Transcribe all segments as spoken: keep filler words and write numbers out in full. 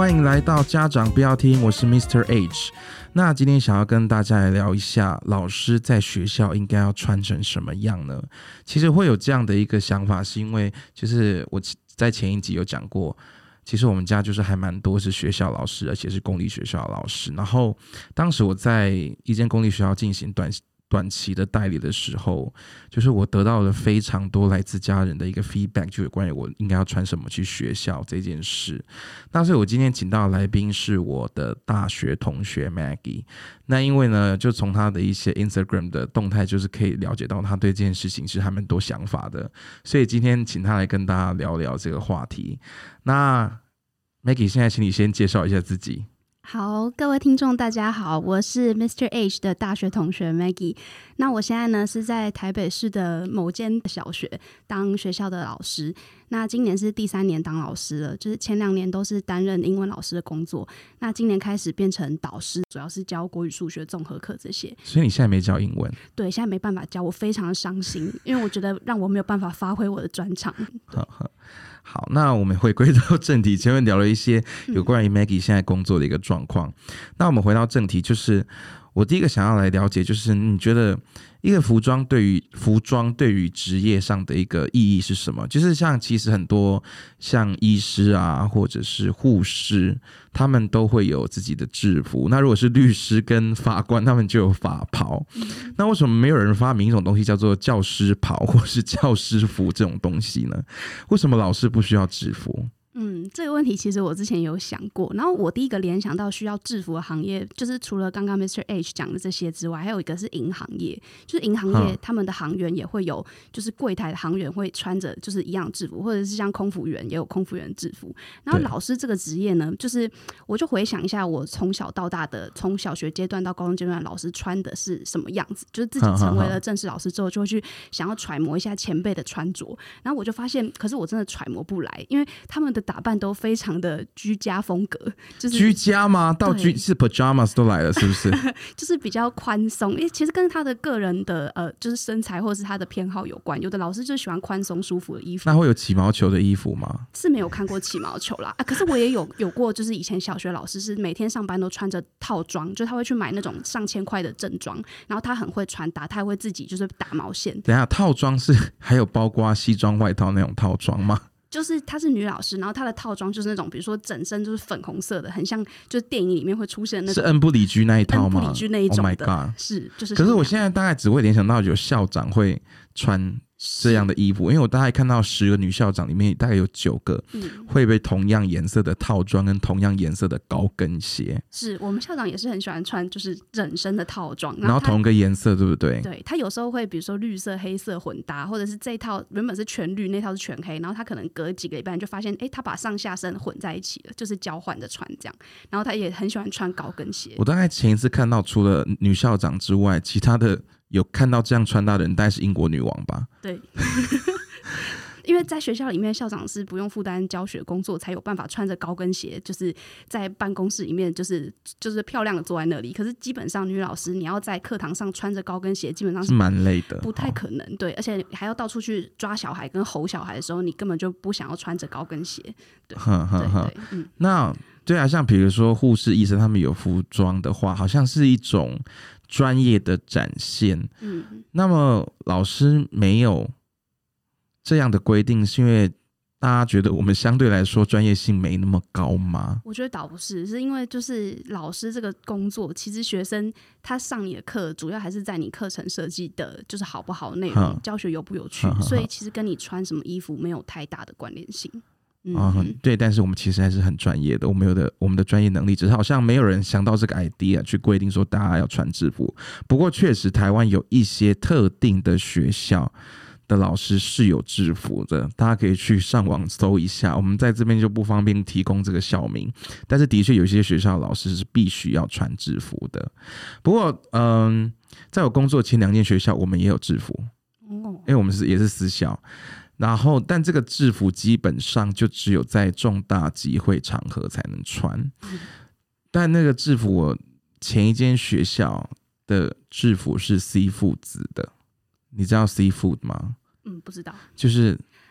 欢迎来到家长不要听，我是 Mister H。 那今天想要跟大家来聊一下，老师在学校应该要穿成什么样呢？其实会有这样的一个想法，是因为就是我在前一集有讲过，其实我们家就是还蛮多是学校老师，而且是公立学校的老师。然后当时我在一间公立学校进行短短期的代理的时候，就是我得到了非常多来自家人的一个 feedback， 就有关于我应该要穿什么去学校这件事。那所以我今天请到的来宾是我的大学同学 Maggie。 那因为呢，就从他的一些 Instagram 的动态，就是可以了解到他对这件事情是还蛮多想法的，所以今天请他来跟大家聊聊这个话题。那 Maggie 现在请你先介绍一下自己。 好，各位听众大家好，我是 Mister H 的大学同学 Maggie。 那我现在呢是在台北市的某间小学当学校的老师，那今年是第三年当老师了，就是前两年都是担任英文老师的工作，那今年开始变成导师，主要是教国语数学综合课这些。 所以你现在没教英文？ 对，现在没办法教，我非常的伤心，因为我觉得让我没有办法发挥我的专长。 好，那我们回归到正题，前面聊了一些有关于 Maggie 现在工作的一个状况、嗯、那我们回到正题，就是我第一个想要来了解，就是你觉得一个服装对于服装对于职业上的一个意义是什么？就是像其实很多像医师啊，或者是护士，他们都会有自己的制服。那如果是律师跟法官，他们就有法袍。嗯、那为什么没有人发明一种东西叫做教师袍或是教师服这种东西呢？为什么老师不需要制服？ 嗯，这个问题其实我之前有想过，然后我第一个联想到需要制服的行业，就是除了刚刚 Mister H 讲的这些之外，还有一个是银行业，就是银行业他们的行员也会有，就是柜台的行员会穿着就是一样制服，或者是像空服员也有空服员制服。然后老师这个职业呢，就是我就回想一下我从小到大的，从小学阶段到高中阶段，老师穿的是什么样子，就是自己成为了正式老师之后，就会去想要揣摩一下前辈的穿着，然后我就发现，可是我真的揣摩不来，因为他们的打扮都非常的居家风格，就是居家吗？到居是 pajamas 都来了，是不是？ 就是比较宽松，因为其实跟他的个人的呃，就是身材或者是他的偏好有关。有的老师就喜欢宽松舒服的衣服。 那会有起毛球的衣服吗？ 是没有看过起毛球啦，啊、可是我也有有过，就是以前小学老师是每天上班都穿着套装，就他会去买那种上千块的正装，然后他很会穿搭，他还会自己就是打毛线。 等一下，套装是还有包括西装外套那种套装吗？ 就是她是女老师，然后她的套装就是那种比如说整身就是粉红色的，很像就是电影里面会出现的那种。 是恩布里居那一套吗？ 恩布里居那一种的。 Oh my god， 是就是。 可是我现在大概只会联想到有校长会穿这样的衣服，因为我大概看到十个女校长里面大概有九个会被同样颜色的套装跟同样颜色的高跟鞋。 是我们校长也是很喜欢穿就是整身的套装， 然后同一个颜色，对不对？ 对，他有时候会比如说绿色黑色混搭，或者是这一套原本是全绿，那套是全黑，然后他可能隔几个礼拜就发现哎，他把上下身混在一起了，就是交换着穿这样。然后他也很喜欢穿高跟鞋。 我大概前一次看到除了女校长之外，其他的有看到这样穿搭的人大概是英国女王吧。 对因为在学校里面校长是不用负担教学工作，才有办法穿着高跟鞋就是在办公室里面就是就是漂亮的坐在那里。可是基本上女老师你要在课堂上穿着高跟鞋基本上是蛮累的， 不太可能。对，而且还要到处去抓小孩跟吼小孩的时候，你根本就不想要穿着高跟鞋。对，呵呵呵，对对，嗯， 那对啊，像比如说护士医生他们有服装的话，好像是一种专业的展现。嗯，那么老师没有这样的规定，是因为大家觉得我们相对来说专业性没那么高吗？ 我觉得倒不是，是因为就是老师这个工作，其实学生他上你的课主要还是在你课程设计的就是好不好内容，教学有不有趣，所以其实跟你穿什么衣服没有太大的关联性。嗯嗯，对，但是我们其实还是很专业的，我们有的我们的专业能力，只是好像没有人想到这个 idea 去规定说大家要穿制服。不过确实台湾有一些特定的学校的老师是有制服的，大家可以去上网搜一下，我们在这边就不方便提供这个校名，但是的确有些学校的老师是必须要穿制服的。不过嗯，在我工作前两间学校我们也有制服，因为我们是也是私校，然后但这个制服基本上就只有在重大集会场合才能穿。嗯、但那个制服我前一间学校的制服是 seafood 的，你知道 seafood 吗？ 嗯，不知道。 就是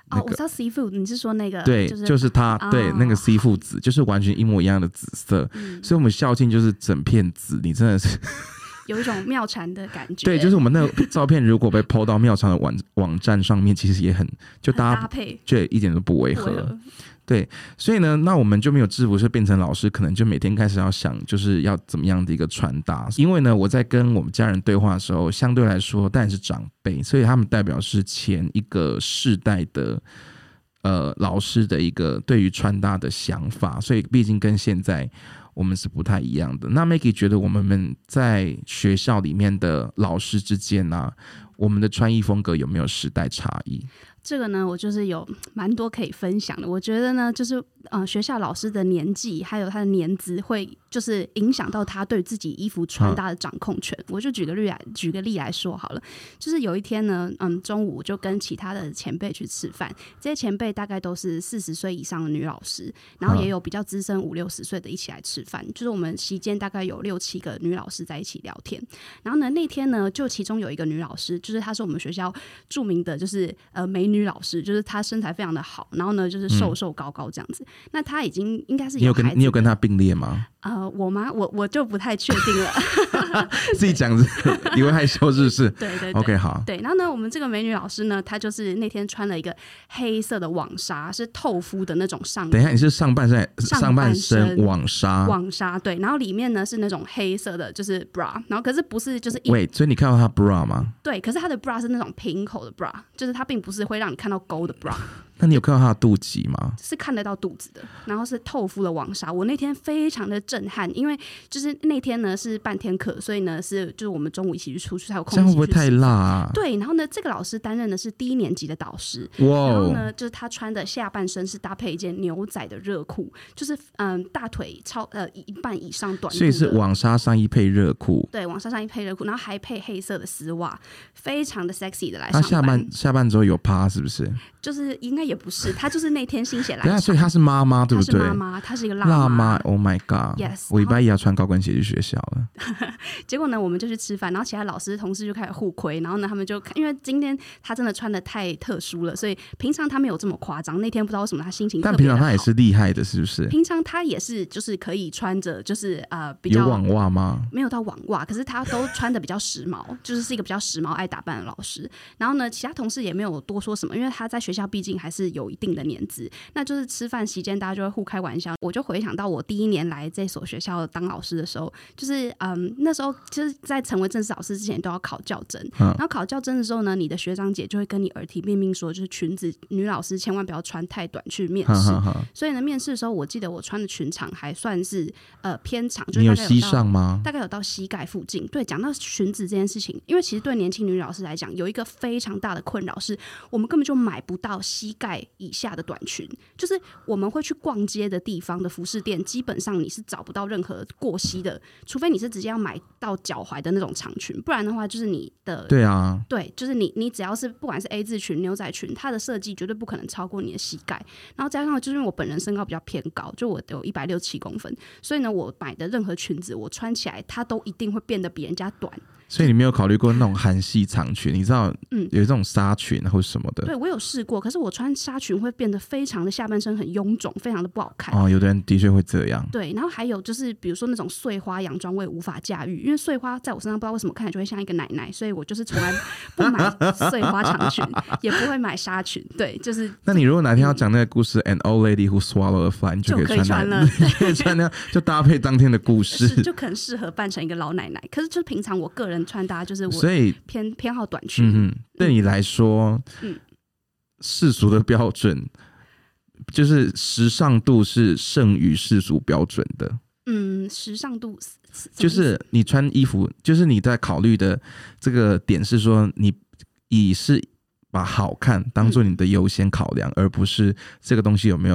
那个、 哦，我知道 seafood， 你是说那个？ 对， 就是、 就是它，哦、对，那个 seafood 紫，就是完全一模一样的紫色，嗯、所以我们校庆就是整片紫，你真的是有一种妙禅的感觉。 对，就是我们那个照片如果被 po 到妙禅的网网站上面，其实也很就大家搭配， 对，一点都不违和。对，所以呢，那我们就没有制服，就变成老师可能就每天开始要想，就是要怎么样的一个传达。因为呢，我在跟我们家人对话的时候，相对来说当然是长辈，所以他们代表是前一个世代的呃老师的一个对于穿搭的想法，所以毕竟跟现在我们是不太一样的。那 Maggie 觉得我们在学校里面的老师之间呢、啊，我们的穿衣风格有没有时代差异？ 这个呢，我就是有蛮多可以分享的。我觉得呢，就是呃，学校老师的年纪还有他的年资，会就是影响到他对自己衣服穿搭的掌控权。嗯、我就举个例来举个例来说好了，就是有一天呢，嗯，中午就跟其他的前辈去吃饭，这些前辈大概都是四十岁以上的女老师，然后也有比较资深五六十岁的一起来吃饭。就是我们席间大概有六七个女老师在一起聊天。然后呢，那天呢，就其中有一个女老师，就是她是我们学校著名的，就是呃美女。女老师，就是她身材非常的好，然后呢就是瘦瘦高高这样子。嗯、那她已经应该是有孩子的， 你有跟你有跟她并列吗？ 呃，我吗？我我就不太确定了。 自己讲，你会害羞是不是？ 对对对 ，OK 好。 对，然后呢，我们这个美女老师呢，她就是那天穿了一个黑色的网纱，是透肤的那种上衣。 等一下，你是上半身上半身网纱？ 网纱对，然后里面呢是那种黑色的，就是 bra， 然后可是不是就是一。 喂，所以你看到她 bra 吗？ 对，可是她的 bra 是那种平口的 bra， 就是它并不是会让你看到沟的 bra。 那你有看到她的肚脐吗？ 是看得到肚子的，然后是透肤的网纱。我那天非常的震撼，因为就是那天呢是半天课，所以呢是就是我们中午一起去出去，才有空。 这样会不会太辣啊？ 对，然后呢，这个老师担任的是低年级的导师，然后呢，就是他穿的下半身是搭配一件牛仔的热裤，就是嗯大腿超呃一半以上短度的， 所以是网纱上衣配热裤， 对，网纱上衣配热裤，然后还配黑色的丝袜，非常的 sexy 的来上班。 他下半下半周有趴是不是？ 就是应该也不是，他就是那天心血来潮。 所以他是妈妈对不对？ 他是妈妈，他是一个辣辣妈。Oh my god！ Yes， 我礼拜一要穿高跟鞋去学校了。 结果呢，我们就去吃饭，然后其他老师同事就开始互亏，然后呢，他们就因为今天他真的穿的太特殊了，所以平常他没有这么夸张。那天不知道为什么他心情特别的好， 但平常他也是厉害的，是不是？ 平常他也是就是可以穿着就是呃比较有网袜吗？ 没有到网袜，可是他都穿的比较时髦，就是是一个比较时髦爱打扮的老师。然后呢，其他同事也没有多说什么，因为他在学校毕竟还是有一定的年资。那就是吃饭期间大家就会互开玩笑。我就回想到我第一年来这所学校当老师的时候，就是嗯那时候就是在成为正式老师之前都要考教甄，嗯、然后考教甄的时候呢，你的学长姐就会跟你耳提面命说，就是裙子女老师千万不要穿太短去面试。所以呢，面试的时候我记得我穿的裙长还算是呃偏长，就是、 你有膝上吗？ 大概有到膝盖附近。对，讲到裙子这件事情，因为其实对年轻女老师来讲，有一个非常大的困扰是，我们根本就买不到膝盖以下的短裙。就是我们会去逛街的地方的服饰店，基本上你是找不到任何过膝的，除非你是直接要买到脚踝的那种长裙，不然的话就是你的对啊， 对，就是你你只要是不管是 A 字裙、牛仔裙，它的设计绝对不可能超过你的膝盖。然后加上就是因为我本人身高比较偏高，就我有一百六十七公分，所以呢，我买的任何裙子我穿起来，它都一定会变得比人家短。 所以你没有考虑过那种韩系长裙？你知道，嗯，有这种纱裙或什么的。 对，我有试过，可是我穿纱裙会变得非常的下半身很臃肿，非常的不好看。 哦，有的人的确会这样。 对，然后还有就是，比如说那种碎花洋装，我也无法驾驭，因为碎花在我身上不知道为什么看起来就会像一个奶奶，所以我就是从来不买碎花长裙，也不会买纱裙。对，就是。 那你如果哪天要讲那个故事、嗯、，An old lady who swallowed a fly， 你就可以穿了， 可以穿那样，就搭配当天的故事， 就可能适合扮成一个老奶奶。可是就是平常我个人穿搭就是我。 所以偏偏好短裙， 嗯，对你来说，嗯，世俗的标准就是时尚度是胜于世俗标准的。 嗯，时尚度就是你穿衣服，就是你在考虑的这个点是说，你以是把好看当做你的优先考量，嗯、而不是这个东西有没有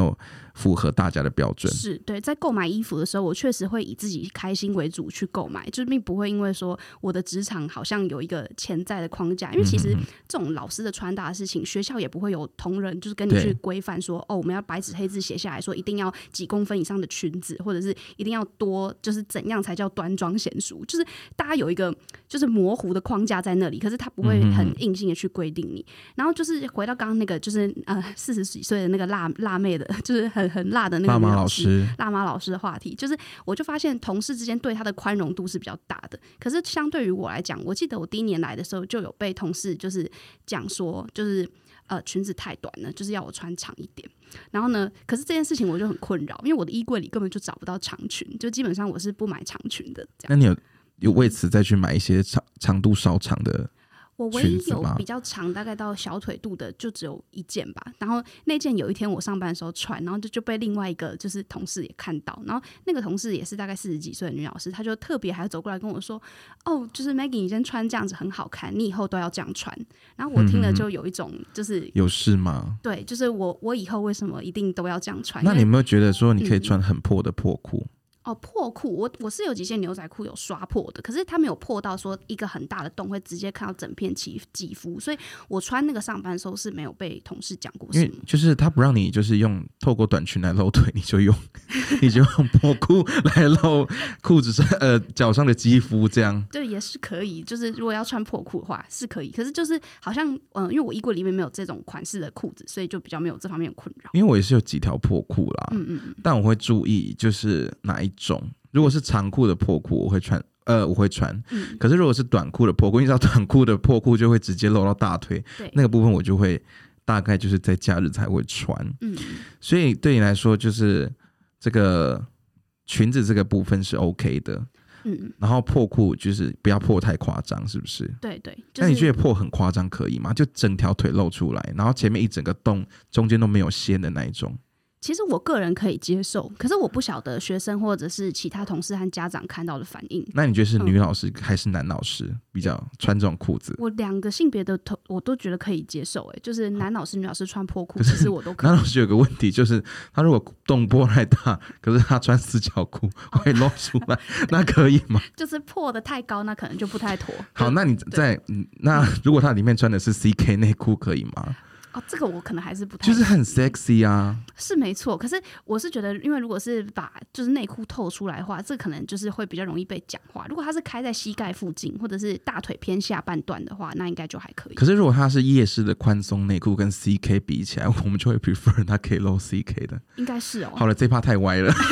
符合大家的标准。 是对，在购买衣服的时候，我确实会以自己开心为主去购买，就并不会因为说我的职场好像有一个潜在的框架，因为其实这种老师的穿搭的事情，学校也不会有同仁就是跟你去规范说，哦，我们要白纸黑字写下来说一定要几公分以上的裙子，或者是一定要多，就是怎样才叫端庄娴熟，就是大家有一个就是模糊的框架在那里，可是他不会很硬性的去规定你。然后就是回到刚刚那个，就是呃四十几岁的那个辣辣妹的，就是很很辣的那个辣妈老师， 辣妈老师的话题，就是我就发现同事之间对他的宽容度是比较大的。可是相对于我来讲，我记得我第一年来的时候就有被同事就是讲说，就是呃裙子太短了，就是要我穿长一点。然后呢，可是这件事情我就很困扰，因为我的衣柜里根本就找不到长裙，就基本上我是不买长裙的。这样， 那你有有为此再去买一些长长度稍长的？ 我唯一有比较长，大概到小腿肚的，就只有一件吧。然后那件有一天我上班的时候穿，然后就就被另外一个就是同事也看到，然后那个同事也是大概四十几岁的女老师，她就特别还走过来跟我说：“哦，就是 Maggie， 你今天穿这样子很好看，你以后都要这样穿。”然后我听了就有一种就是、嗯、 有事吗？ 对，就是我我以后为什么一定都要这样穿？ 那你有没有觉得说你可以穿很破的破裤？嗯哦，破裤，我我是有几件牛仔裤有刷破的，可是它没有破到说一个很大的洞会直接看到整片肌肌肤，所以我穿那个上班的时候是没有被同事讲过什么。因为就是他不让你就是用透过短裙来露腿，你就用你就用破裤来露裤子上呃脚上的肌肤，这样对也是可以。就是如果要穿破裤的话是可以，可是就是好像嗯、呃，因为我衣柜里面没有这种款式的裤子，所以就比较没有这方面的困扰。 因为我也是有几条破裤啦， 嗯嗯， 但我会注意就是哪一种，如果是长裤的破裤我会穿呃我会穿、嗯、可是如果是短裤的破裤，你知道短裤的破裤就会直接露到大腿，那个部分我就会大概就是在假日才会穿。嗯，所以对你来说就是这个裙子这个部分是 OK 的。嗯，然后破裤就是不要破太夸张，是不是？ 对对、就是。 那你觉得破很夸张可以吗？就整条腿露出来，然后前面一整个洞，中间都没有线的那一种。 其实我个人可以接受，可是我不晓得学生或者是其他同事和家长看到的反应。 那你觉得是女老师还是男老师、嗯、比较穿这种裤子？ 我两个性别的我都觉得可以接受、欸、就是男老师女老师穿破裤其实我都可以。 男老师有个问题就是他如果洞破太大，可是他穿四角裤会露出来、哦、那可以吗？ 就是破的太高那可能就不太妥。 好，那你在那如果他里面穿的是 C K 内裤可以吗？ 哦，这个我可能还是不太， 就是很 sexy 啊， 是没错。可是我是觉得，因为如果是把就是内裤透出来的话，这可能就是会比较容易被讲话。如果它是开在膝盖附近，或者是大腿偏下半段的话，那应该就还可以。 可是如果它是夜市的宽松内裤跟 C K 比起来，我们就会 prefer 它可以露 C K 的。 应该是哦。 好了，这趴太歪了。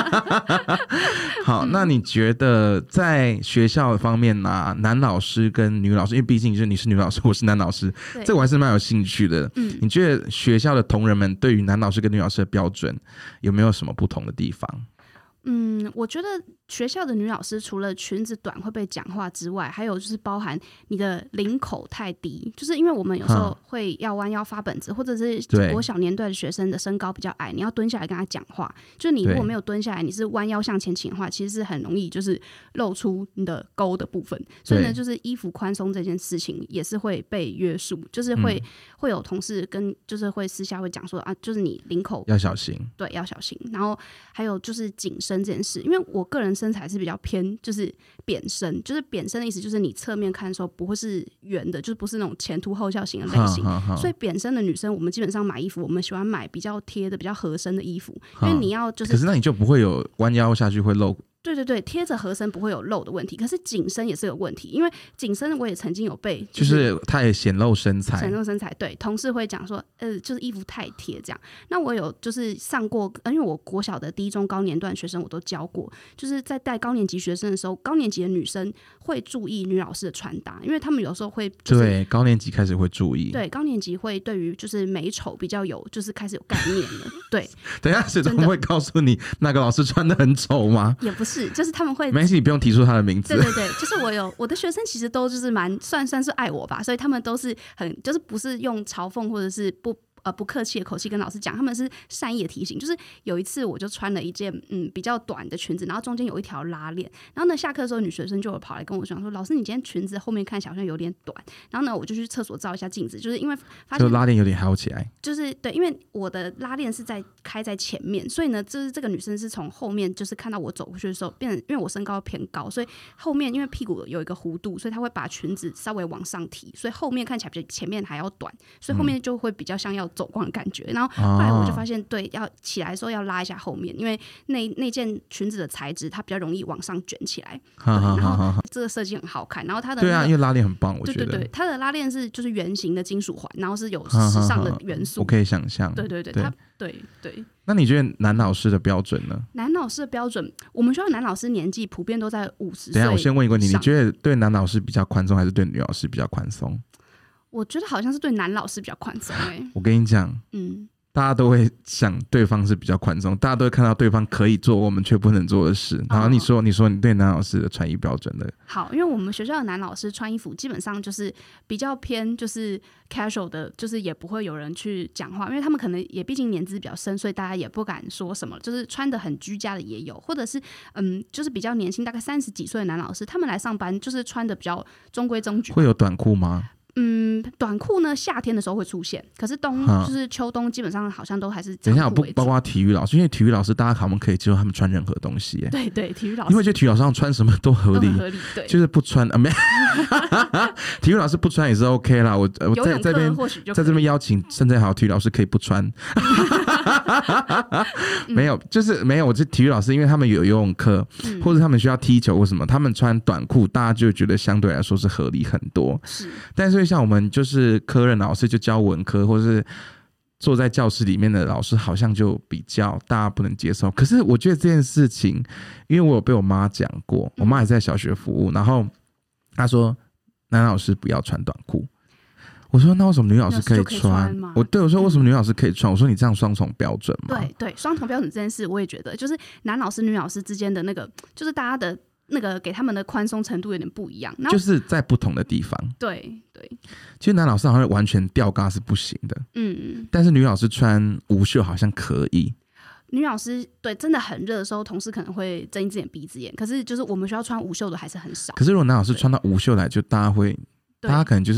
好，那你觉得在学校方面呢、啊，男老师跟女老师，因为毕竟就是你是女老师，我是男老师，这个我还是蛮有兴趣的。嗯，你觉得学校的同仁们对于男老师跟女老师的标准有没有什么不同的地方？ 嗯，我觉得学校的女老师除了裙子短会被讲话之外，还有就是包含你的领口太低，就是因为我们有时候会要弯腰发本子，或者是国小年代的学生的身高比较矮，你要蹲下来跟他讲话，就是你如果没有蹲下来，你是弯腰向前倾的话，其实是很容易就是露出你的沟的部分。所以呢，就是衣服宽松这件事情也是会被约束，就是会、嗯、会有同事跟就是会私下会讲说啊，就是你领口要小心， 对，要小心。然后还有就是紧身这件事，因为我个人身材是比较偏就是扁身，就是扁身的意思就是你侧面看的时候不会是圆的，就是不是那种前凸后翘型的类型，所以扁身的女生我们基本上买衣服我们喜欢买比较贴的比较合身的衣服，因为你要就是可是那你就不会有弯腰下去会露。 对对对，贴着合身不会有露的问题，可是紧身也是有问题，因为紧身我也曾经有被、 就是，就是它也显露身材， 显露身材。对，同事会讲说，呃，就是衣服太贴这样。那我有就是上过，因为我国小的低中高年段学生我都教过，就是在带高年级学生的时候，高年级的女生会注意女老师的穿搭，因为他们有时候会、就是、 对高年级开始会注意， 对高年级会对于就是美丑比较有，就是开始有概念了。对， 等一下谁都会告诉你那个老师穿得很丑吗？ 也不是，就是他们会。 没关系，你不用提出他的名字。 对对对，就是我有我的学生其实都就是蛮算算是爱我吧，所以他们都是很就是不是用嘲讽或者是不呃不客气的口气跟老师讲，他们是善意的提醒。就是有一次我就穿了一件嗯比较短的裙子，然后中间有一条拉链，然后呢下课的时候女学生就有跑来跟我讲说，老师你今天裙子后面看起来好像有点短，然后呢我就去厕所照一下镜子，就是因为发现就拉链有点还起来， 就是对，因为我的拉链是在开在前面，所以呢就是这个女生是从后面就是看到我走过去的时候变成，因为我身高偏高，所以后面因为屁股有一个弧度，所以她会把裙子稍微往上提，所以后面看起来比前面还要短，所以后面就会比较像要走光的感觉。然后后来我就发现，对，要起来的时候要拉一下后面，因为那那件裙子的材质它比较容易往上卷起来。然后这个设计很好看，然后它的、那个、 对啊，因为拉链很棒，我觉得。 对对对，它的拉链是就是圆形的金属环，然后是有时尚的元素。 我可以想象。 对对对， 对它对对。 那你觉得男老师的标准呢？ 男老师的标准，我们学校男老师年纪普遍都在五十岁。 等一下，我先问一个问题，你觉得对男老师比较宽松，还是对女老师比较宽松？ 我觉得好像是对男老师比较宽松哎。 我跟你讲，嗯，大家都会想对方是比较宽松，大家都会看到对方可以做我们却不能做的事。然后你说，哦、你说你对男老师的穿衣标准的？ 好，因为我们学校的男老师穿衣服基本上就是比较偏就是 casual 的，就是也不会有人去讲话，因为他们可能也毕竟年资比较深，所以大家也不敢说什么，就是穿得很居家的也有，或者是嗯，就是比较年轻，大概三十几岁的男老师，他们来上班就是穿的比较中规中矩。 会有短裤吗？ 嗯，短裤呢，夏天的时候会出现，可是冬就是秋冬基本上好像都还是长裤为主。 等一下，不包括体育老师，因为体育老师大家可能可以接受他们穿任何东西耶。 对对，体育老师， 因为觉得体育老师上穿什么都合理， 合理对， 就是不穿啊没。体育老师不穿也是 OK 啦，我我在这边在这边邀请甚至好体育老师可以不穿。没有，就是没有，我这体育老师，因为他们有游泳课，嗯、或者他们需要踢球或什么，他们穿短裤，大家就觉得相对来说是合理很多。 是，但是像我们就是科任老师，就教文科，或是坐在教室里面的老师，好像就比较大家不能接受。可是我觉得这件事情，因为我有被我妈讲过，我妈也在小学服务，然后她说男老师不要穿短裤。我说那为什么女老师可以穿？我对我说为什么女老师可以穿？我说你这样双重标准嘛？ 对对，双重标准这件事，我也觉得，就是男老师女老师之间的那个，就是大家的那个给他们的宽松程度有点不一样， 就是在不同的地方。 对对， 其实男老师好像完全吊嘎是不行的，嗯，但是女老师穿无袖好像可以。 女老师对真的很热的时候，同事可能会睁一只眼闭一只眼，可是就是我们学校穿无袖的还是很少。 可是如果男老师穿到无袖来，就大家会，大家可能就是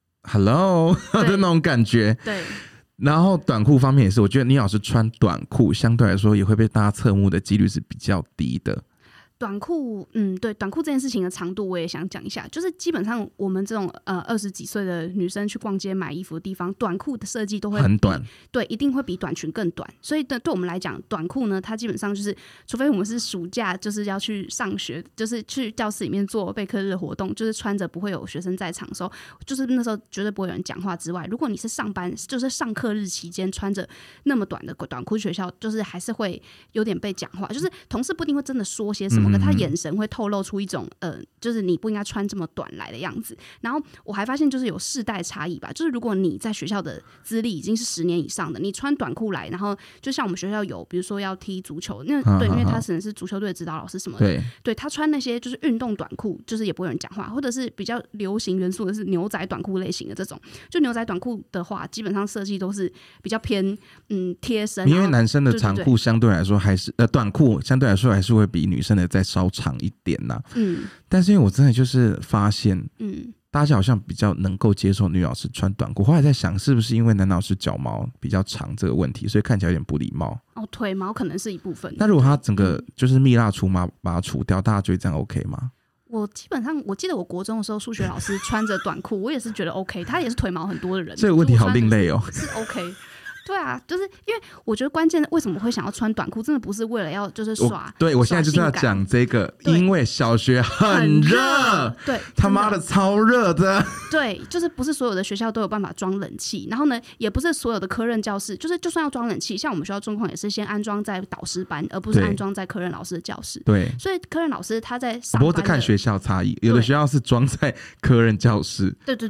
hello 的那种感觉。 对。 然后短裤方面也是，我觉得女老师穿短裤相对来说也会被大家侧目的几率是比较低的。 短裤，嗯，对，短裤这件事情的长度我也想讲一下，就是基本上我们这种呃二十几岁的女生去逛街买衣服的地方，短裤的设计都会很短， 对，一定会比短裙更短。所以对对我们来讲，短裤呢，它基本上就是，除非我们是暑假就是要去上学，就是去教室里面做备课日活动，就是穿着不会有学生在场的时候，就是那时候绝对不会有人讲话之外，如果你是上班，就是上课日期间穿着那么短的短裤，学校就是还是会有点被讲话，就是同事不一定会真的说些什么。嗯，他眼神会透露出一种呃，就是你不应该穿这么短来的样子。然后我还发现就是有世代差异吧，就是如果你在学校的资历已经是十年以上的，你穿短裤来，然后就像我们学校有，比如说要踢足球，那对，因为他可能是足球队的指导老师什么的，对，对他穿那些就是运动短裤，就是也不会有人讲话，或者是比较流行元素的是牛仔短裤类型的这种，就牛仔短裤的话，基本上设计都是比较偏嗯贴身， 因为男生的长裤相对来说还是呃短裤相对来说还是会比女生的再稍长一点呐、啊，嗯，但是因为我真的就是发现，嗯，大家好像比较能够接受女老师穿短裤，后来在想是不是因为男老师脚毛比较长这个问题，所以看起来有点不礼貌。 哦，腿毛可能是一部分。 那如果他整个就是蜜蜡除毛把它除掉，大家觉得这样 OK 吗？ 我基本上我记得我国中的时候，数学老师穿着短裤，我也是觉得 OK， 他也是腿毛很多的人。 这个问题好另类哦， 是 OK。对啊，就是因为我觉得关键为什么会想要穿短裤，真的不是为了要就是耍。 对，我现在就是要讲这个，因为小学很热， 对， 他妈的超热的。 对，就是不是所有的学校都有办法装冷气，然后呢，也不是所有的科任教室，就是就算要装冷气，像我们学校状况也是先安装在导师班，而不是安装在科任老师的教室。对，所以科任老师他在上班的， 不过这看学校差异，有的学校是装在科任教室。 对对对。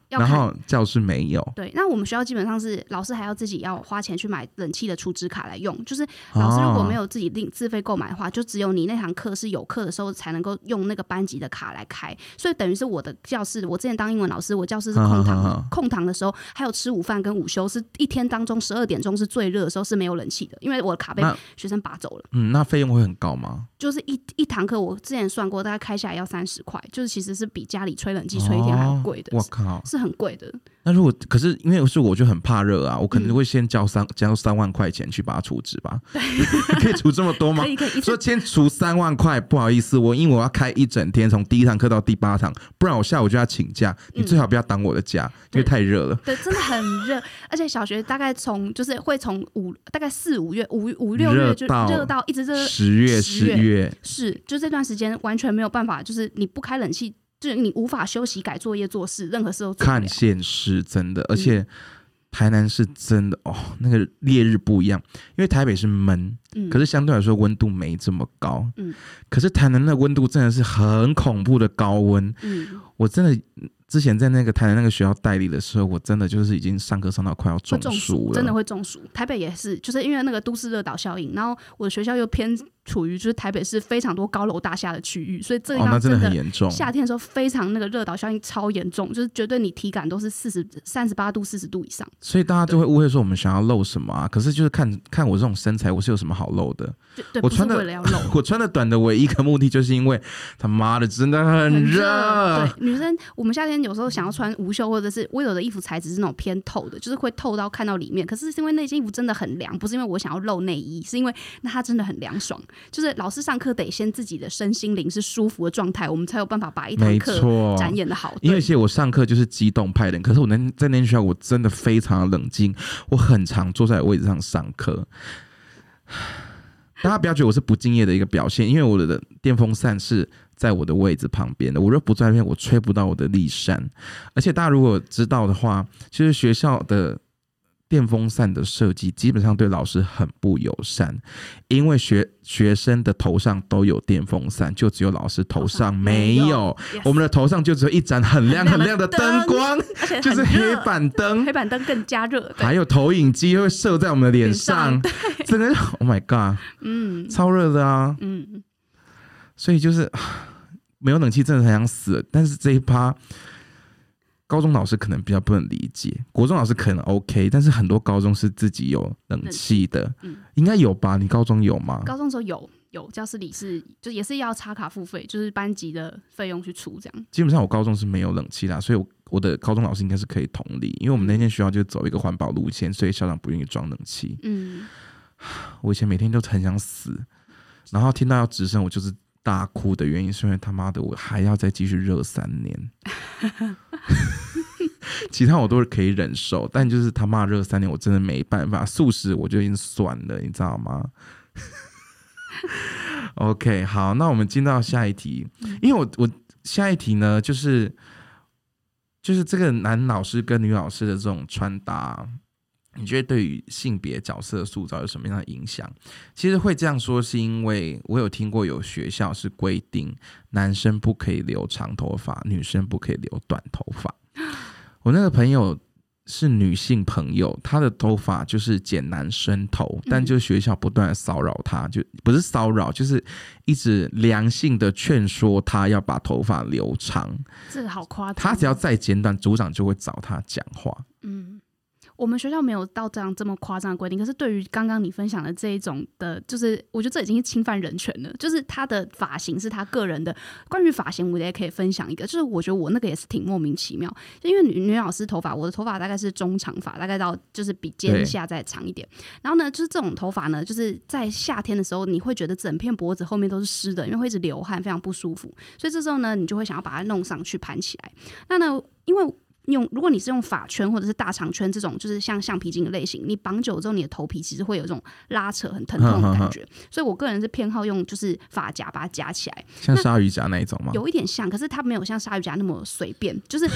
然后教室没有。 对，那我们学校基本上是老师还要自己要花钱去买冷气的储值卡来用，就是老师如果没有自己另自费购买的话，就只有你那堂课是有课的时候才能够用那个班级的卡来开，所以等于是我的教室，我之前当英文老师，我教室是空堂的，空堂的时候还有吃午饭跟午休，是一天当中十二点钟是最热的时候是没有冷气的，因为我的卡被学生拔走了。 嗯，那费用会很高吗？ 就是一一堂课我之前算过，大概开下来要三十块，就是其实是比家里吹冷气吹一天还贵的。我、哦、靠，是很贵的。 那如果可是因为是我就很怕热啊，我可能会先交三、嗯、交三万块钱去把它储值吧。可以储这么多吗？ 可以可以。 说先储三万块，不好意思，我因为我要开一整天，从第一堂课到第八堂，不然我下午就要请假。你最好不要挡我的假，嗯、因为太热了。 对，真的很热，而且小学大概从就是会从五大概四五月五五六月就热到一直热十月十月， 是就这段时间完全没有办法，就是你不开冷气。就是你无法休息、改作业、做事，任何事都做不了。 看现实真的，而且台南是真的哦，那个烈日不一样，因为台北是闷、嗯，可是相对来说温度没这么高。嗯，可是台南的温度真的是很恐怖的高温。嗯，我真的。之前在那个台南那个学校代理的时候，我真的就是已经上课上到快要中暑了， 真的会中暑。台北也是，就是因为那个都市热岛效应，然后我的学校又偏处于就是台北市非常多高楼大厦的区域，所以这个地方真的很严重。夏天的时候非常那个热岛效应超严重，就是绝对你体感都是四十三十八度、四十度以上。 所以大家就会误会说我们想要露什么啊？可是就是看看我这种身材，我是有什么好露的？ 对， 我穿的我穿的短的唯一一个目的就是因为他妈的真的很热。 对，女生我们夏天有时候想要穿无袖，或者是我有的衣服材质是那种偏透的，就是会透到看到里面。可是是因为那件衣服真的很凉，不是因为我想要露内衣，是因为那它真的很凉爽。就是老师上课得先自己的身心灵是舒服的状态，我们才有办法把一堂课展演的好。 因为其实我上课就是激动派的人，可是我能在那间学校我真的非常的冷静，我很常坐在位置上上课。大家不要觉得我是不敬业的一个表现，因为我的电风扇是在我的位置旁边的，我若不在那边，我吹不到我的立扇。而且大家如果知道的话，其实学校的电风扇的设计基本上对老师很不友善，因为 学, 学生的头上都有电风扇，就只有老师头上没有。没有 yes. 我们的头上就只有一盏很亮很亮的灯光，就是黑板灯， 黑板灯更加热， 还有投影机会射在我们的脸上，真的 ，Oh my God， 嗯，超热的啊，嗯，所以就是没有冷气真的很想死，但是这一趴。高中老师可能比较不能理解，国中老师可能 OK， 但是很多高中是自己有冷气的，嗯、应该有吧？你高中有吗？ 高中的时候有，有教室里是就也是要插卡付费，就是班级的费用去出这样。 基本上我高中是没有冷气啦，所以我我的高中老师应该是可以同理，因为我们那间学校就走一个环保路线，所以校长不愿意装冷气。嗯，我以前每天都很想死，然后听到要直升，我就是大哭的原因，是因为他妈的我还要再继续热三年。其他我都是可以忍受，但就是他妈热三年我真的没办法，素食我就已经算了，你知道吗？ OK， 好，那我们进到下一题，因为我我下一题呢就是就是这个男老师跟女老师的这种穿搭，你觉得对于性别角色的塑造有什么样的影响？其实会这样说是因为我有听过有学校是规定男生不可以留长头发，女生不可以留短头发。我那个朋友是女性朋友，她的头发就是剪男生头，但就学校不断的骚扰她，就不是骚扰，就是一直良性的劝说她要把头发留长。 这个好夸张！ 她只要再剪短，组长就会找她讲话。嗯。 我们学校没有到这样这么夸张的规定，可是对于刚刚你分享的这一种的，就是我觉得这已经是侵犯人权了。就是他的发型是他个人的，关于发型我也可以分享一个，就是我觉得我那个也是挺莫名其妙，就因为 女, 女老师头发，我的头发大概是中长发，大概到就是比肩下再长一点。然后呢，就是这种头发呢，就是在夏天的时候，你会觉得整片脖子后面都是湿的，因为会一直流汗，非常不舒服。所以这时候呢，你就会想要把它弄上去盘起来。那呢，因为用如果你是用发圈或者是大长圈这种就是像橡皮筋的类型，你绑久之后你的头皮其实会有一种拉扯很疼痛的感觉，所以我个人是偏好用就是发夹把它夹起来， 像鲨鱼夹那一种吗？ 有一点像，可是它没有像鲨鱼夹那么随便，就是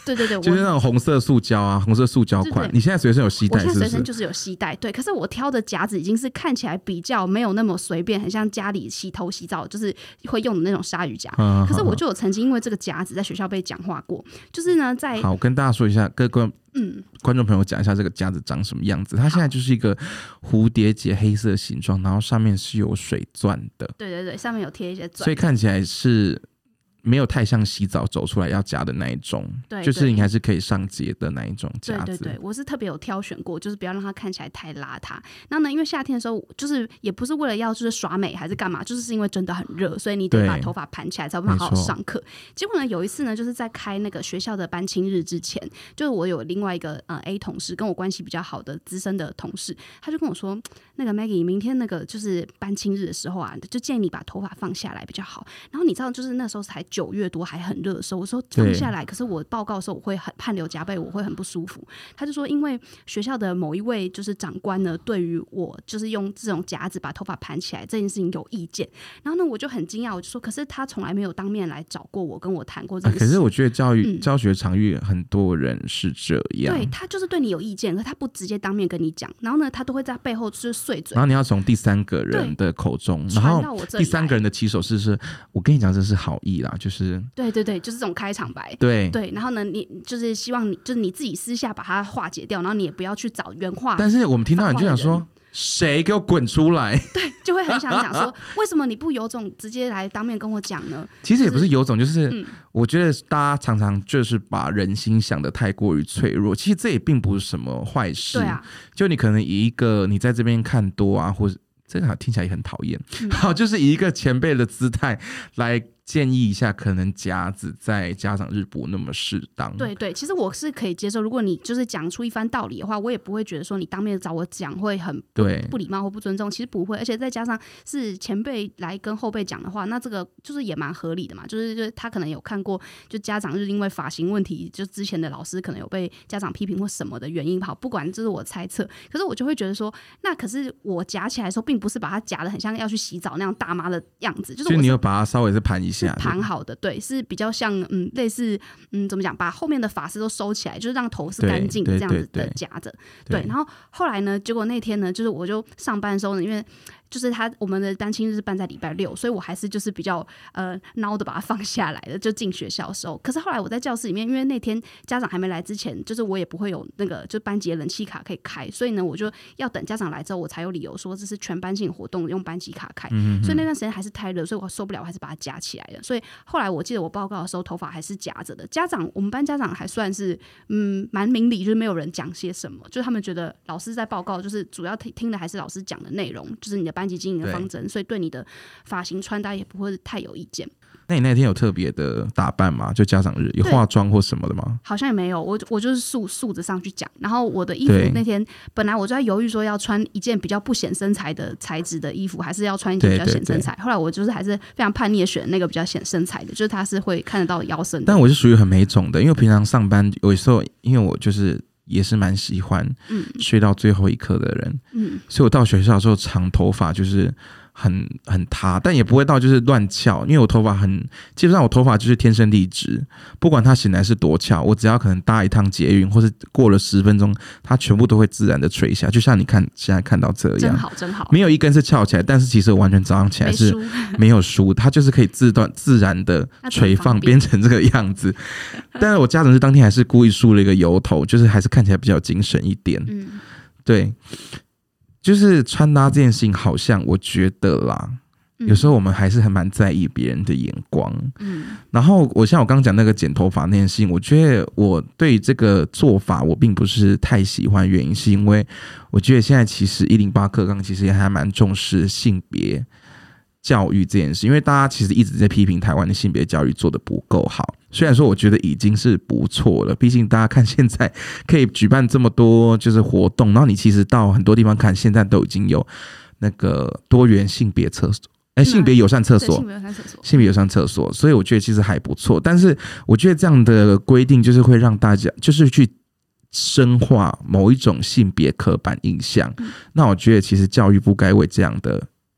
对对对， 就是那种红色塑胶啊，红色塑胶款。你现在随身有携带是不是？ 我现在随身就是有携带，对。可是我挑的夹子已经是看起来比较没有那么随便，很像家里洗头洗澡就是会用的那种鲨鱼夹。 嗯、 可是我就有曾经因为这个夹子在学校被讲话过，就是呢，在好，我跟大家说一下，各位嗯观众朋友讲一下这个夹子长什么样子。它现在就是一个蝴蝶结黑色形状，然后上面是有水钻的。 对对对，上面有贴一些钻， 所以看起来是没有太像洗澡走出来要夹的那一种， 对， 就是你还是可以上街的那一种夹子。 对对对，我是特别有挑选过，就是不要让它看起来太邋遢。那呢，因为夏天的时候，就是也不是为了要就是耍美还是干嘛，就是是因为真的很热，所以你得把头发盘起来才有办法好好上课。结果呢，有一次呢，就是在开那个学校的班亲日之前，就是我有另外一个呃 A 同事跟我关系比较好的资深的同事，他就跟我说，那个 Maggie， 明天那个就是班亲日的时候啊，就建议你把头发放下来比较好。然后你知道，就是那时候才九月多，还很热的时候，我说放下来，可是我报告的时候我会很汗流浃背，我会很不舒服。他就说，因为学校的某一位就是长官呢，对于我就是用这种夹子把头发盘起来这件事情有意见。然后呢，我就很惊讶，我就说，可是他从来没有当面来找过我，跟我谈过这件事、啊。可是我觉得教育、嗯、教学场域很多人是这样， 对，他就是对你有意见，可他不直接当面跟你讲，然后呢，他都会在背后就是碎嘴， 然后你要从第三个人的口中，然后第三个人的起手式是，我跟你讲这是好意啦，就是对对对，就是这种开场白， 对对，然后呢，你就是希望你就是你自己私下把它化解掉，然后你也不要去找原话。 但是我们听到你就想说，谁给我滚出来？ 对，就会很想讲说，为什么你不有种直接来当面跟我讲呢？ 其实也不是有种，就是、嗯、我觉得大家常常就是把人心想得太过于脆弱，其实这也并不是什么坏事。 对啊， 就你可能以一个你在这边看多啊，或者这个听起来也很讨厌，嗯、好，就是以一个前辈的姿态来建议一下，可能夹子在家长日不那么适当。 对对，其实我是可以接受，如果你就是讲出一番道理的话，我也不会觉得说你当面找我讲会很 不, 不礼貌或不尊重，其实不会。而且再加上是前辈来跟后辈讲的话，那这个就是也蛮合理的嘛。就是就是他可能有看过，就家长日因为发型问题，就之前的老师可能有被家长批评或什么的原因，好，不管这是我猜测，可是我就会觉得说，那可是我夹起来的时候，并不是把它夹得很像要去洗澡那样大妈的样子，就是我是所以你有把它稍微是盘一下， 盘好的，对，是比较像嗯类似嗯怎么讲，把后面的发丝都收起来，就是让头是干净的这样子的夹着，对, 对, 对, 对。然后后来呢，结果那天呢，就是我就上班的时候呢，因为就是他我们的单亲日是办在礼拜六，所以我还是就是比较呃孬的把它放下来的，就进学校的时候。可是后来我在教室里面，因为那天家长还没来之前，就是我也不会有那个就班级的冷气卡可以开，所以呢我就要等家长来之后，我才有理由说这是全班性活动，用班级卡开。嗯嗯，所以那段时间还是太热，所以我受不了，我还是把它夹起来了。所以后来我记得我报告的时候，头发还是夹着的。家长我们班家长还算是嗯蛮明理，就是没有人讲些什么，就是他们觉得老师在报告，就是主要听的还是老师讲的内容，就是你的班级经营的方针，所以对你的发型穿搭也不会太有意见。 那你那天有特别的打扮吗？就家长日有化妆或什么的吗？ 好像也没有，我我就是素素着上去讲。然后我的衣服那天本来我就在犹豫说要穿一件比较不显身材的材质的衣服，还是要穿一件比较显身材。后来我就是还是非常叛逆的选那个比较显身材的，就是它是会看得到腰身的。 但我是属于很没种的，因为平常上班有时候，因为我就是也是蛮喜欢睡到最后一刻的人，嗯，所以我到学校的时候长头发就是很很塌，但也不会到就是乱翘，因为我头发很基本上我头发就是天生丽质，不管它醒来是多翘，我只要可能搭一趟捷运或是过了十分钟，它全部都会自然的垂下，就像你看现在看到这样， 真好真好， 没有一根是翘起来，但是其实我完全早上起来是没有梳，它就是可以自断自然的垂放变成这个样子。但是我家长是当天还是故意梳了一个油头，就是还是看起来比较精神一点，嗯，对。就是穿搭这件事情，好像我觉得啦，嗯、有时候我们还是很蛮在意别人的眼光。嗯，然后我像我刚刚讲那个剪头发那件事情，我觉得我对这个做法我并不是太喜欢，原因是因为我觉得现在其实一零八课纲其实也还蛮重视性别教育这件事，因为大家其实一直在批评台湾的性别教育做得不够好。虽然说我觉得已经是不错了，毕竟大家看现在可以举办这么多就是活动，然后你其实到很多地方看，现在都已经有那个多元性别厕所，哎、欸，性别友善厕所，性别友善厕所，所以我觉得其实还不错。但是我觉得这样的规定就是会让大家就是去深化某一种性别刻板印象，嗯、那我觉得其实教育部该为这样的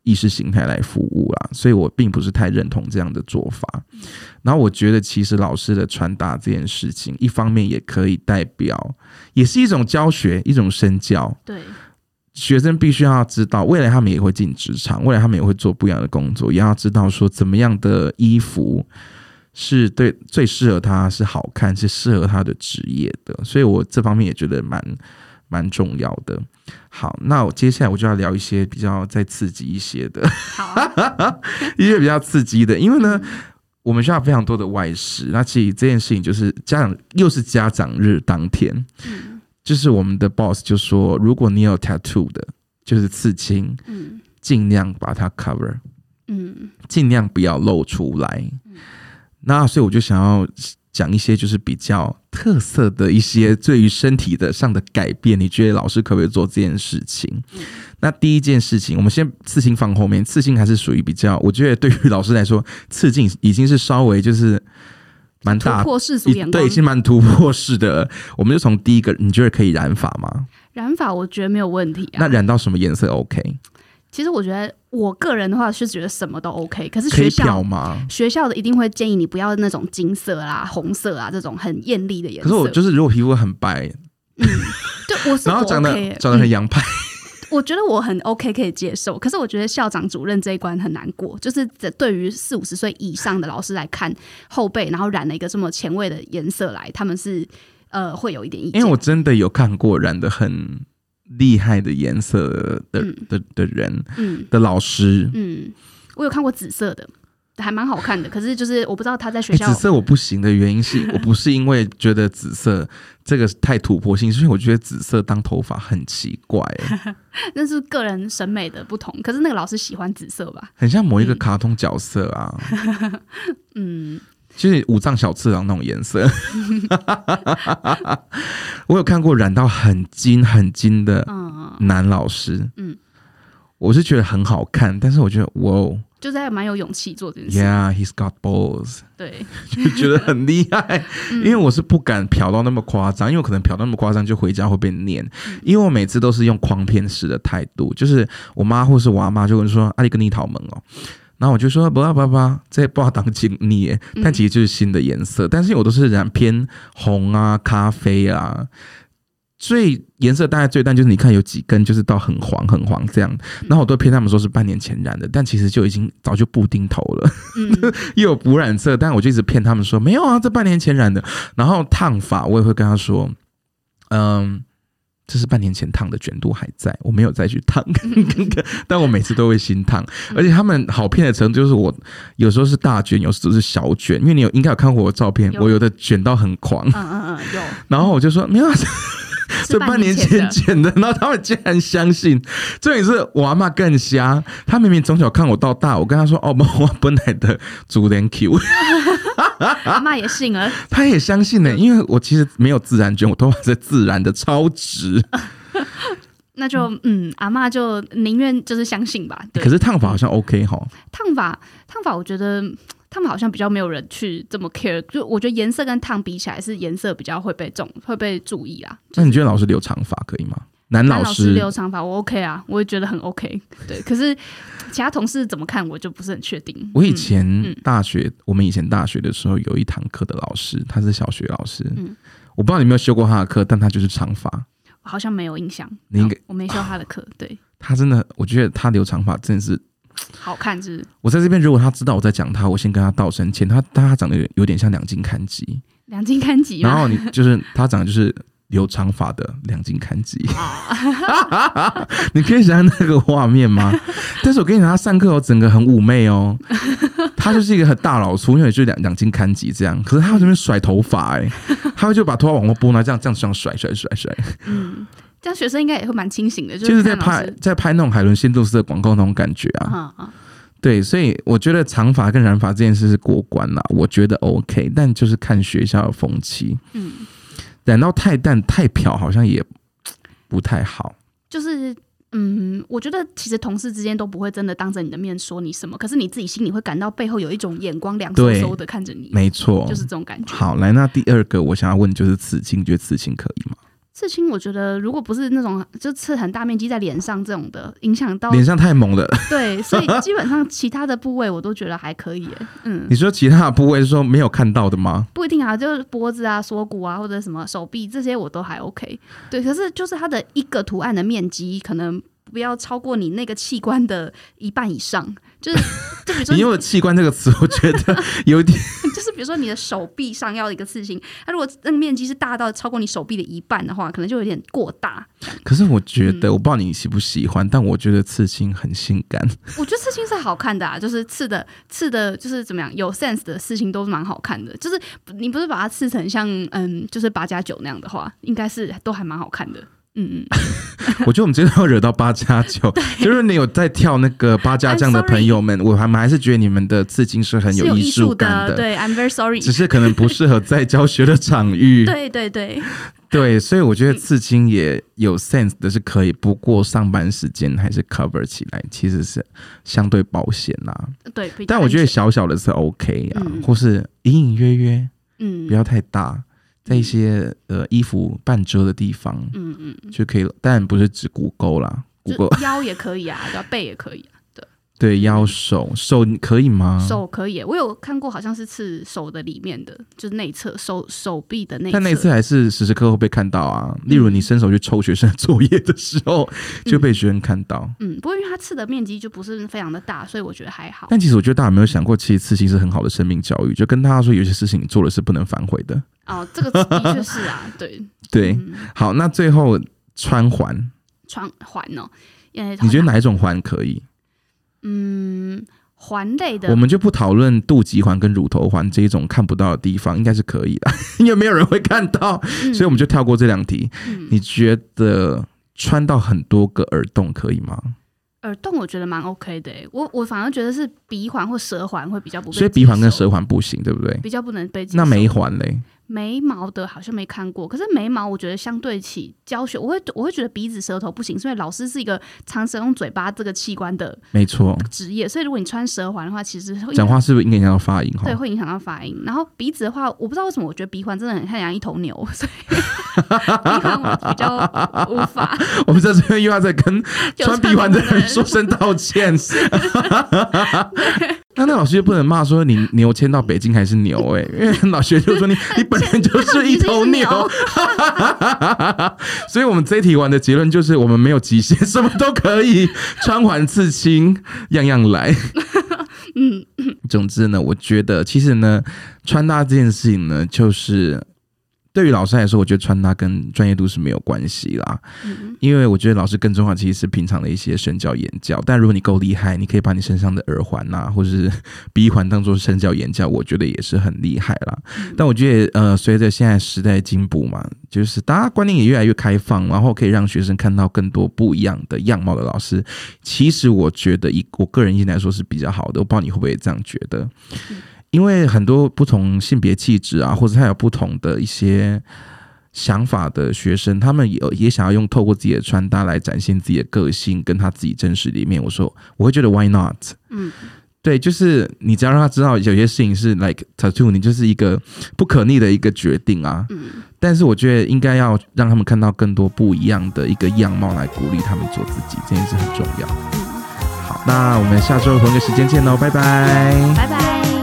意识形态来服务啦，所以我并不是太认同这样的做法。然后我觉得其实老师的传达这件事情，一方面也可以代表，也是一种教学，一种身教。 对， 学生必须要知道，未来他们也会进职场，未来他们也会做不一样的工作，也要知道说怎么样的衣服是对最适合他，是好看，是适合他的职业的。所以我这方面也觉得蛮蛮重要的。好，那我接下来我就要聊一些比较再刺激一些的， 好、啊， 一些比较刺激的，因为呢。嗯我们学校非常多的外事，那其实这件事情就是家长又是家长日当天，嗯、就是我们的 boss 就说，如果你有 tattoo 的，就是刺青，嗯、尽量把它 cover，嗯、尽量不要露出来。嗯、那所以我就想要讲一些就是比较特色的一些对于身体的上的改变，你觉得老师可不可以做这件事情？嗯、那第一件事情，我们先刺青放后面，刺青还是属于比较，我觉得对于老师来说，刺青已经是稍微就是蛮大突破世俗眼光， 对，已经蛮突破式的了。我们就从第一个，你觉得可以染发吗？ 染发我觉得没有问题啊。 那染到什么颜色 OK？ 其实我觉得我个人的话是觉得什么都 OK， 可是学校可以漂吗？ 学校的一定会建议你不要那种金色啦、红色啊这种很艳丽的颜色。 可是我就是如果皮肤很白， 嗯，就我是我 OK， 然后长得长得很洋派。 嗯我觉得我很 OK 可以接受，可是我觉得校长主任这一关很难过，就是对于四五十岁以上的老师来看后辈，然后染了一个这么前卫的颜色来，他们是呃会有一点意见。 因为我真的有看过染得很厉害的颜色 的,、嗯、的, 的人、嗯、的老师， 嗯，我有看过紫色的。还蛮好看的，可是就是我不知道他在学校、 欸、紫色我不行的原因是我不是因为觉得紫色这个太突破性，所以我觉得紫色当头发很奇怪、欸、 那是个人审美的不同，可是那个老师喜欢紫色吧， 很像某一个卡通角色啊，嗯，就是五藏小次郎那种颜色我有看过染到很金很金的男老师，嗯，我是觉得很好看，但是我觉得哇， 就是还蛮有勇气做这件事。 Yeah, he's got balls。 对， 就觉得很厉害、嗯、因为我是不敢漂到那么夸张，因为我可能漂到那么夸张就回家会被念、嗯、因为我每次都是用诓骗式的态度，就是我妈或是我阿妈就会说啊你跟你讨门哦，然后我就说不要不要不要，这不要当经历耶，但其实就是新的颜色、嗯、但是我都是染偏红啊咖啡啊，最颜色大概最淡就是你看有几根就是到很黄很黄这样，然后我都骗他们说是半年前染的，但其实就已经早就布丁头了、嗯、又有补染色，但我就一直骗他们说没有啊这半年前染的。然后烫发我也会跟他说嗯，这是半年前烫的，卷度还在，我没有再去烫但我每次都会新烫，而且他们好骗的程度就是我有时候是大卷，有时候是小卷，因为你有应该有看过我的照片，我有的卷到很狂， 嗯嗯嗯，有， 然后我就说没有啊这半年前剪的，然后他们竟然相信。这也是我阿嬷更瞎，他明明从小看我到大，我跟他说哦，我本来的主人 Q 阿嬷也信了， 他也相信呢、欸，因为我其实没有自然卷，我头发是自然的，超直。 那就嗯，阿嬷就宁愿就是相信吧。 可是烫发好像 OK 齁， 烫发烫发，我觉得他们好像比较没有人去这么 care， 就我觉得颜色跟烫比起来，是颜色比较会被重会被注意啦。就是、 那你觉得老师留长发可以吗？男老师, 男老师留长发我 OK 啊，我也觉得很 OK。对，可是其他同事怎么看，我就不是很确定。 我以前大学，嗯、我们以前大学的时候有一堂课的老师，他是小学老师，嗯、我不知道你有没有修过他的课，但他就是长发。 好像没有印象， 你应该我没修他的课。对， 他真的，我觉得他留长发真的是好看，是不是？ 我在这边，如果他知道我在讲他，我先跟他道声歉。他他长得有点像两金刊吉， 两金刊吉， 然后你就是他长得就是留长发的两金刊吉，你可以想象那个画面吗？但是我跟你讲，他上课哦，整个很妩媚哦，他就是一个很大老粗，因为就两两金刊吉这样，可是他在这边甩头发，哎，他会就把头发往后拨，然后这样这样这样甩甩甩甩，嗯。 这样学生应该也会蛮清醒的， 就是、就是在拍在拍那种海伦仙度斯的广告那种感觉啊。嗯嗯、对，所以我觉得长发跟染发这件事是过关啦，我觉得 OK， 但就是看学校的风气。嗯，染到太淡太漂好像也不太好。 就是嗯，我觉得其实同事之间都不会真的当着你的面说你什么，可是你自己心里会感到背后有一种眼光凉飕飕的看着你。 没错， 就是这种感觉。 好，来，那第二个我想要问就是刺青，你觉得刺青可以吗？ 刺青我觉得如果不是那种就刺很大面积在脸上这种的，影响到脸上太猛了。 对，所以基本上其他的部位我都觉得还可以耶。嗯， 你说其他的部位是说没有看到的吗？ 不一定啊，就是脖子啊、锁骨啊，或者什么手臂这些我都还 OK。对，可是就是它的一个图案的面积可能不要超过你那个器官的一半以上，就是就比如说你用了器官这个词，我觉得有点就是比如说你的手臂上要一个刺青，它如果那个面积是大到超过你手臂的一半的话，可能就有点过大。 可是我觉得、嗯、我不知道你喜不喜欢，但我觉得刺青很性感。 我觉得刺青是好看的啊，就是刺的刺的，就是怎么样有 sense 的刺青都蛮好看的。就是你不是把它刺成像嗯，就是八加九那样的话，应该是都还蛮好看的。嗯嗯， 我觉得我们今天要惹到八加九，就是你有在跳那个八加酱的朋友们，我还还是觉得你们的刺青是很有艺术感的。 对 ，I'm very sorry， 只是可能不适合在教学的场域。 对对对对，所以我觉得刺青也有 sense 的是可以，不过上班时间还是 cover 起来，其实是相对保险啦。 对， 但我觉得小小的是 OK 啊，嗯、或是隐隐约约，嗯，不要太大。在一些呃衣服半遮的地方，嗯嗯，就可以，当然不是指骨沟啦，骨沟腰也可以啊，背也可以啊，对对，腰手手可以吗？ 手可以，我有看过，好像是刺手的里面的，就是内侧手手臂的内侧， 但内侧还是时时刻刻会被看到啊。例如你伸手去抽学生的作业的时候，嗯、就被学生看到。 嗯，不过因为它刺的面积就不是非常的大，所以我觉得还好。 但其实我觉得大家有没有想过，其实刺青是很好的生命教育，就跟大家说，有些事情你做的是不能反悔的。 哦，这个的确是啊，对对、嗯。好，那最后穿环， 穿环哦， 你觉得哪一种环可以？ 嗯，环类的， 我们就不讨论肚脐环跟乳头环这一种看不到的地方，应该是可以的，因为没有人会看到，嗯、所以我们就跳过这两题、嗯。你觉得穿到很多个耳洞可以吗？ 耳洞我觉得蛮 OK 的、欸，我我反而觉得是鼻环或舌环会比较不被接受， 所以鼻环跟舌环不行，对不对？ 比较不能被接受。 那眉环嘞？ 眉毛的好像没看过，可是眉毛我觉得相对起教学，我会我会觉得鼻子舌头不行，所以老师是一个常使用嘴巴这个器官的没错职业，所以如果你穿舌环的话，其实会讲话是不是应该影响到发音？ 对，会影响到发音。然后鼻子的话，我不知道为什么，我觉得鼻环真的很像一头牛，所以鼻环我比较无法。 我们在这边又要再跟穿鼻环的人说声道歉。那那老师就不能骂说你牛迁到北京还是牛哎、欸，因为老学就说你你本来就是一头牛，所以我们这一题完的结论就是我们没有极限，什么都可以，穿环刺青样样来。嗯，总之呢，我觉得其实呢，穿搭这件事情呢，就是对于老师来说，我觉得穿搭跟专业度是没有关系啦、嗯、因为我觉得老师更重要其实是平常的一些身教言教，但如果你够厉害，你可以把你身上的耳环啊或是鼻环当作身教言教，我觉得也是很厉害啦、嗯、但我觉得呃，随着现在时代进步嘛，就是大家观念也越来越开放，然后可以让学生看到更多不一样的样貌的老师，其实我觉得以我个人意见来说是比较好的，我不知道你会不会这样觉得。嗯，因为很多不同性别气质啊，或者他有不同的一些想法的学生，他们 也, 也想要用透过自己的穿搭来展现自己的个性跟他自己真实里面，我说我会觉得 why not。 嗯，对，就是你只要让他知道有些事情是 like tattoo， 你就是一个不可逆的一个决定啊。嗯，但是我觉得应该要让他们看到更多不一样的一个样貌来鼓励他们做自己，这件事很重要。嗯，好，那我们下周同一个时间见喽，拜拜， 拜拜。